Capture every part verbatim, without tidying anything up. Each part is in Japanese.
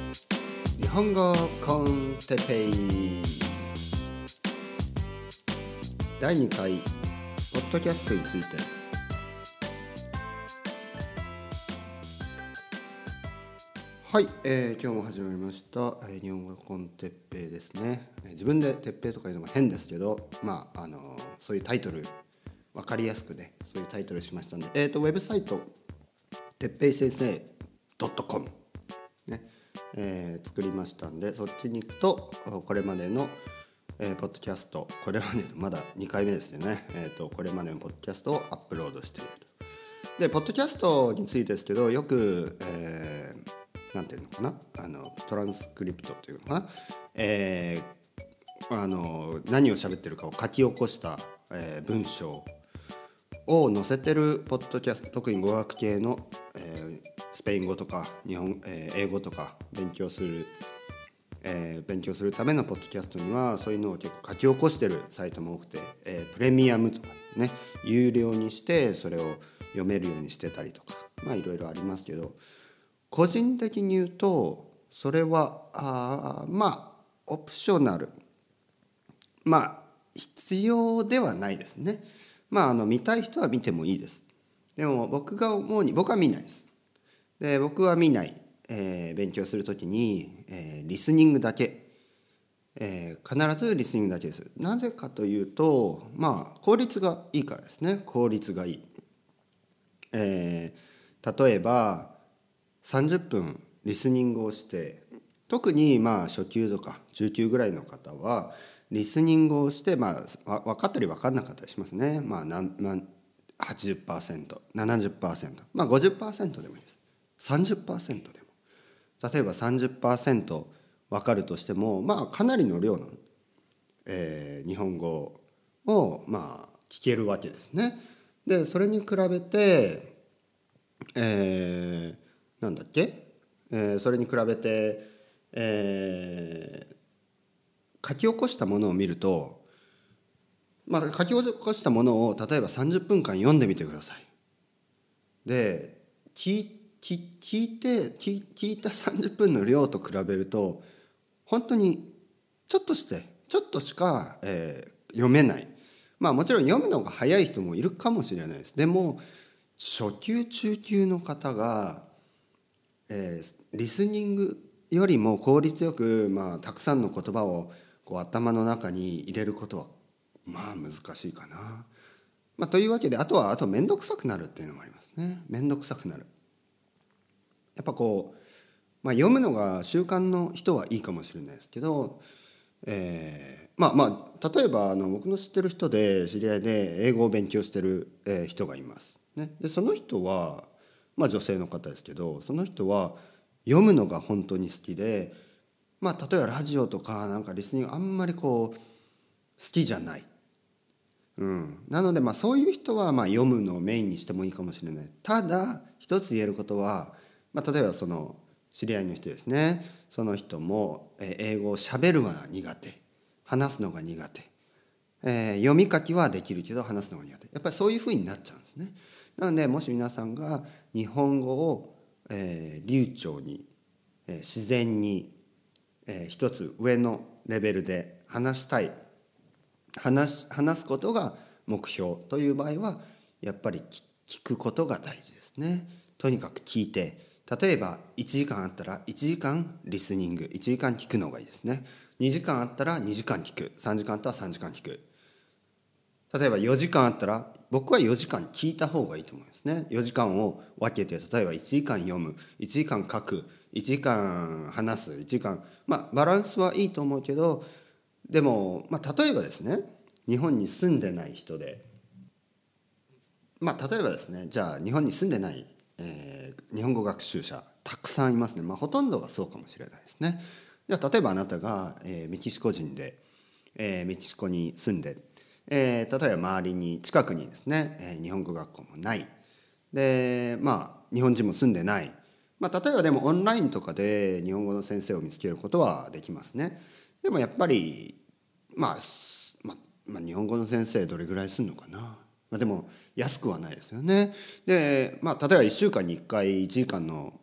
日本語コンテペイだいにかいポッドキャストについて。はい、えー、今日も始まりました、えー、日本語コンテッペイですね、えー、自分でテッペイとかいうのも変ですけど、まああのー、そういうタイトル分かりやすくね、そういうタイトルしましたんで、えーとウェブサイトてっぺい先生 .com ね、えー、作りましたんで、そっちに行くとこれまでの、えー、ポッドキャスト、これまでまだにかいめですね、えーとこれまでのポッドキャストをアップロードしていると。でポッドキャストについてですけど、よく、えー、なんていうのかな、あのトランスクリプトっていうのかな、えー、あの何を喋ってるかを書き起こした、えー、文章を載せてるポッドキャスト、特に語学系の、えー、スペイン語とか日本、えー、英語とか勉強する、えー、勉強するためのポッドキャストにはそういうのを結構書き起こしてるサイトも多くて、えー、プレミアムとかね、有料にしてそれを読めるようにしてたりとか、まあいろいろありますけど、個人的に言うとそれはあまあオプショナル、まあ必要ではないですね。まああの見たい人は見てもいいです。でも僕が思うに、僕は見ないです。で僕は見ない、えー、勉強するときに、えー、リスニングだけ、えー、必ずリスニングだけです。なぜかというと、まあ効率がいいからですね。効率がいい。えー、例えばさんじゅっぷんリスニングをして、特にまあ初級とか中級ぐらいの方はリスニングをして、まあ、分かったり分かんなかったりしますね。まあ、なん、まあ、はちじゅっパーセント、ななじゅっパーセント、まあ ごじゅっパーセント でもいいです。さんじゅっパーセント でも。例えば さんじゅっパーセント 分かるとしても、まあかなりの量の、えー、日本語をまあ聞けるわけですね。でそれに比べて、えー、なんだっけ、えー、それに比べて、えー、書き起こしたものを見ると、まあ、書き起こしたものを例えばさんじゅっぷんかん読んでみてください。で聞聞聞いて聞聞いたさんじゅっぷんの量と比べると本当にちょっとしてちょっとしか、えー、読めない。まあもちろん読むのが早い人もいるかもしれないです。でも初級中級の方が、えー、リスニングよりも効率よく、まあ、たくさんの言葉をこう頭の中に入れることはまあ難しいかな。まあ、というわけで、あとはあと面倒くさくなるっていうのもありますね。面倒くさくなる。やっぱこう、まあ、読むのが習慣の人はいいかもしれないですけど、えー、まあまあ例えばあの僕の知ってる人で知り合いで英語を勉強してる、えー、人がいます。ね、でその人は、まあ、女性の方ですけど、その人は読むのが本当に好きで、まあ、例えばラジオとかなんかリスニングあんまりこう好きじゃない。うん、なのでまあそういう人はまあ読むのをメインにしてもいいかもしれない。ただ一つ言えることは、まあ、例えばその知り合いの人ですね、その人も英語を喋るのが苦手、話すのが苦手、えー、読み書きはできるけど話すのが苦手、やっぱりそういうふうになっちゃうんですね。なのでもし皆さんが日本語を、えー、流暢に、えー、自然に、えー、一つ上のレベルで話したい、話す、話すことが目標という場合はやっぱり聞くことが大事ですね。とにかく聞いて、例えばいちじかんあったらいちじかんリスニング、いちじかん聞くのがいいですね。にじかんあったらにじかん聞く、さんじかんあったらさんじかん聞く。例えばよじかんあったら僕はよじかん聞いた方がいいと思いますね。よじかんを分けて、例えばいちじかん読む、いちじかん書く、いちじかん話す、いちじかん、まあバランスはいいと思うけど、でも、まあ、例えばですね、日本に住んでない人で、まあ例えばですね、じゃあ日本に住んでない、えー、日本語学習者たくさんいますね。まあほとんどがそうかもしれないですね。じゃあ例えばあなたが、えー、メキシコ人で、えー、メキシコに住んで、えー、例えば周りに近くにですね、えー、日本語学校もない。で、まあ日本人も住んでない。まあ例えばでもオンラインとかで日本語の先生を見つけることはできますね。でもやっぱり、まあ、まあ、まあ日本語の先生どれぐらいするのかな。まあ、でも安くはないですよね。で、まあ例えばいっしゅうかんにいっかいいちじかんの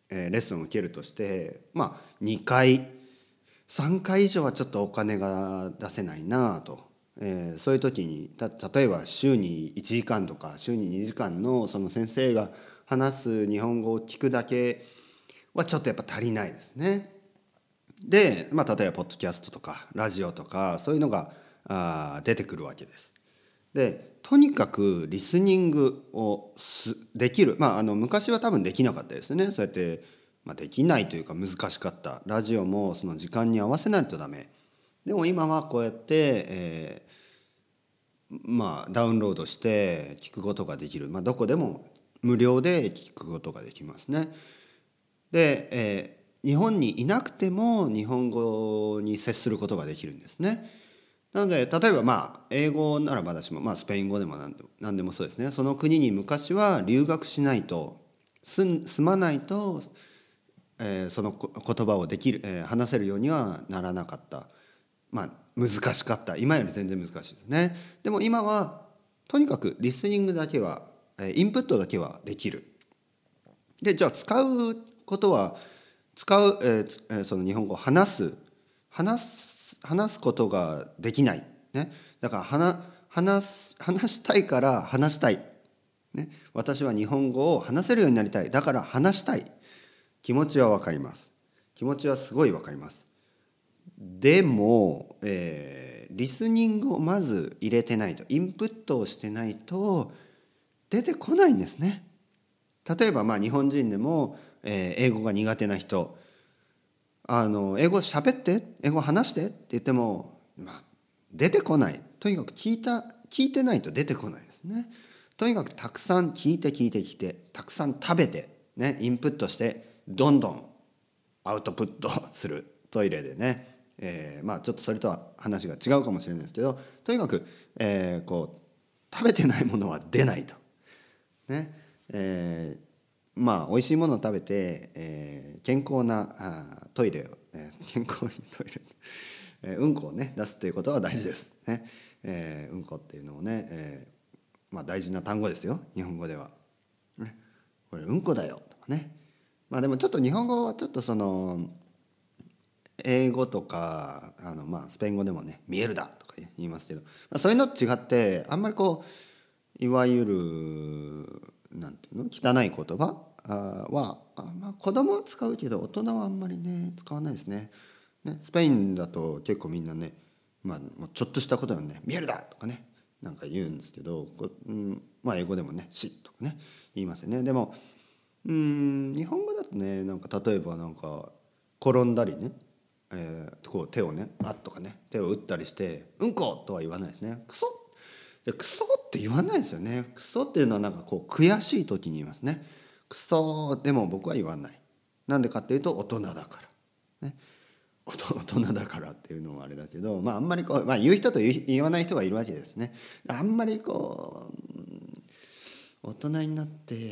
えー、レッスンを受けるとして、まあにかいさんかい以上はちょっとお金が出せないなと、えー、そういう時にた例えば週にいちじかんとか週ににじかんのその先生が話す日本語を聞くだけはちょっとやっぱ足りないですね。で、まあ、例えばポッドキャストとかラジオとかそういうのがあ出てくるわけです。でとにかくリスニングをすできる、まあ、あの昔は多分できなかったですね。そうやって、まあ、できないというか難しかった。ラジオもその時間に合わせないとダメ。でも今はこうやって、えーまあ、ダウンロードして聞くことができる、まあ、どこでも無料で聞くことができますね。で、えー日本にいなくても日本語に接することができるんですね。なので例えばまあ英語ならまだしも、まあ、スペイン語でも何でも何でもそうですね。その国に昔は留学しないと住まないと、えー、その言葉をできる、えー、話せるようにはならなかった。まあ難しかった。今より全然難しいですね。でも今はとにかくリスニングだけは、えー、インプットだけはできる。でじゃあ使うことは使う、えー、その日本語を話す話す話すことができない、ね、だから話話す話したいから話したい、ね、私は日本語を話せるようになりたい、だから話したい、気持ちは分かります。気持ちはすごい分かります。でも、えー、リスニングをまず入れてないと、インプットをしてないと出てこないんですね。例えばまあ日本人でもえー、英語が苦手な人、あの英語喋って英語話してって言っても、まあ、出てこない。とにかく聞いた聞いてないと出てこないですね。とにかくたくさん聞いて聞いて聞いてたくさん食べて、ね、インプットしてどんどんアウトプットする。トイレでね、えー、まあちょっとそれとは話が違うかもしれないですけど、とにかく、えー、こう食べてないものは出ないとね、えーまあ美味しいものを食べて、えー、健康なあトイレを、えー、健康にトイレ、えー、うんこをね出すということは大事ですね。えー、うんこっていうのをね、えー、まあ大事な単語ですよ、日本語では。ね、これうんこだよとかね。まあでもちょっと日本語はちょっとその英語とかあのまあスペイン語でもね見えるだとか言いますけど、まあ、そういうのと違ってあんまりこういわゆるなんていうの汚い言葉は、まあ、子供は使うけど大人はあんまりね使わないですね。ね、スペインだと結構みんなね、まあ、ちょっとしたことでもね見えるだとかねなんか言うんですけど、うん、まあ英語でもねしとかね言いますよね。でもうん日本語だとねなんか例えばなんか転んだりね、えー、こう手をねあっとかね手を打ったりしてうんことは言わないですね。クソでクソって言わないですよね。クソっていうのはなんかこう悔しい時に言いますね。クソでも僕は言わない。なんでかっていうと大人だからね。大人だからっていうのもあれだけど、まああんまりこう、まあ、言う人と言わない人がいるわけですね。あんまりこう大人になって、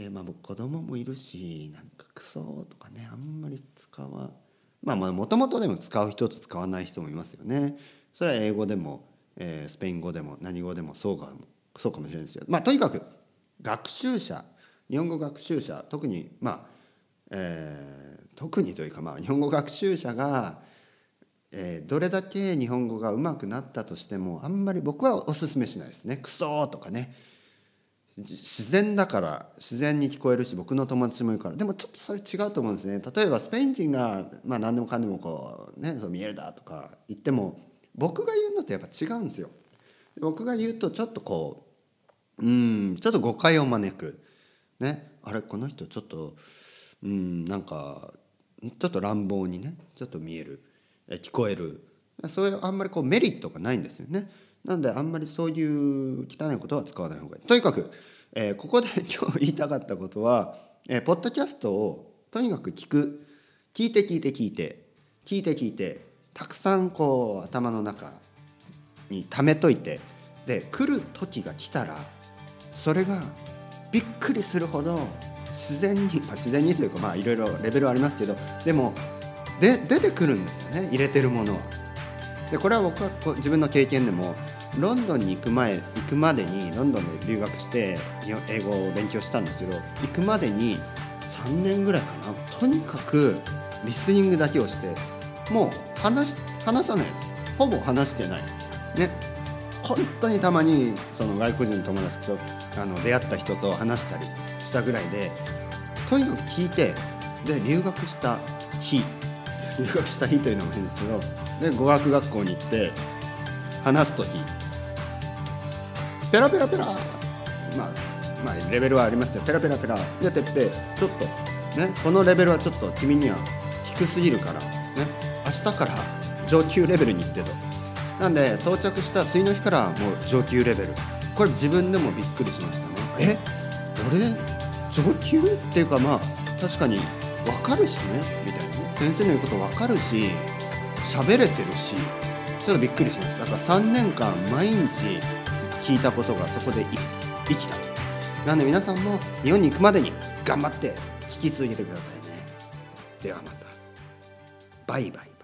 まあ僕子供もいるしなんかクソとかねあんまり使わまあもともとでも使う人と使わない人もいますよね。それは英語でもえー、スペイン語でも何語でもそうかそうかもしれないですけど、まあとにかく学習者日本語学習者特にまあ、えー、特にというかまあ日本語学習者が、えー、どれだけ日本語が上手くなったとしてもあんまり僕はお勧めしないですね。クソとかね自然だから自然に聞こえるし僕の友達もいるから。でもちょっとそれ違うと思うんですね。例えばスペイン人がまあ何でもかんでもこうねそう見えるだとか言っても僕が言うのとやっぱ違うんですよ。僕が言うとちょっとこううんちょっと誤解を招くね。あれこの人ちょっとうんなんかちょっと乱暴にねちょっと見える聞こえる、そういうあんまりこうメリットがないんですよね。なのであんまりそういう汚いことは使わない方がいい。とにかく、えー、ここで今日言いたかったことは、えー、ポッドキャストをとにかく聞く聞いて聞いて聞いて聞いて聞いてたくさんこう頭の中に溜めといて、で来る時が来たらそれがびっくりするほど自然に、まあ、自然にというかまあいろいろレベルはありますけどでもで出てくるんですよね、入れてるものは。でこれは僕はこう自分の経験でもロンドンに行く前行くまでにロンドンで留学して英語を勉強したんですけど行くまでにさんねんぐらいかな、とにかくリスニングだけをして、もう話し話さないです。ほぼ話してないね。本当にたまにその外国人の友達とあの出会った人と話したりしたぐらいで、とにかく聞いて、で留学した日留学した日というのも変ですけど、で語学学校に行って話すときペラペラペラ、まあまあレベルはありますよ。ペラペラペラで、てっぺいちょっとね、このレベルはちょっと君には低すぎるからね、明日から上級レベルに行ってと。なんで到着した次の日からもう上級レベル。これ自分でもびっくりしましたね。え、俺上級っていうか、まあ確かに分かるしねみたいなね、先生の言うこと分かるし喋れてるし、ちょっとびっくりしました。だからさんねんかん毎日聞いたことがそこで生きたと。なんで皆さんも日本に行くまでに頑張って聞き続けてくださいね。ではまた、バイバイ。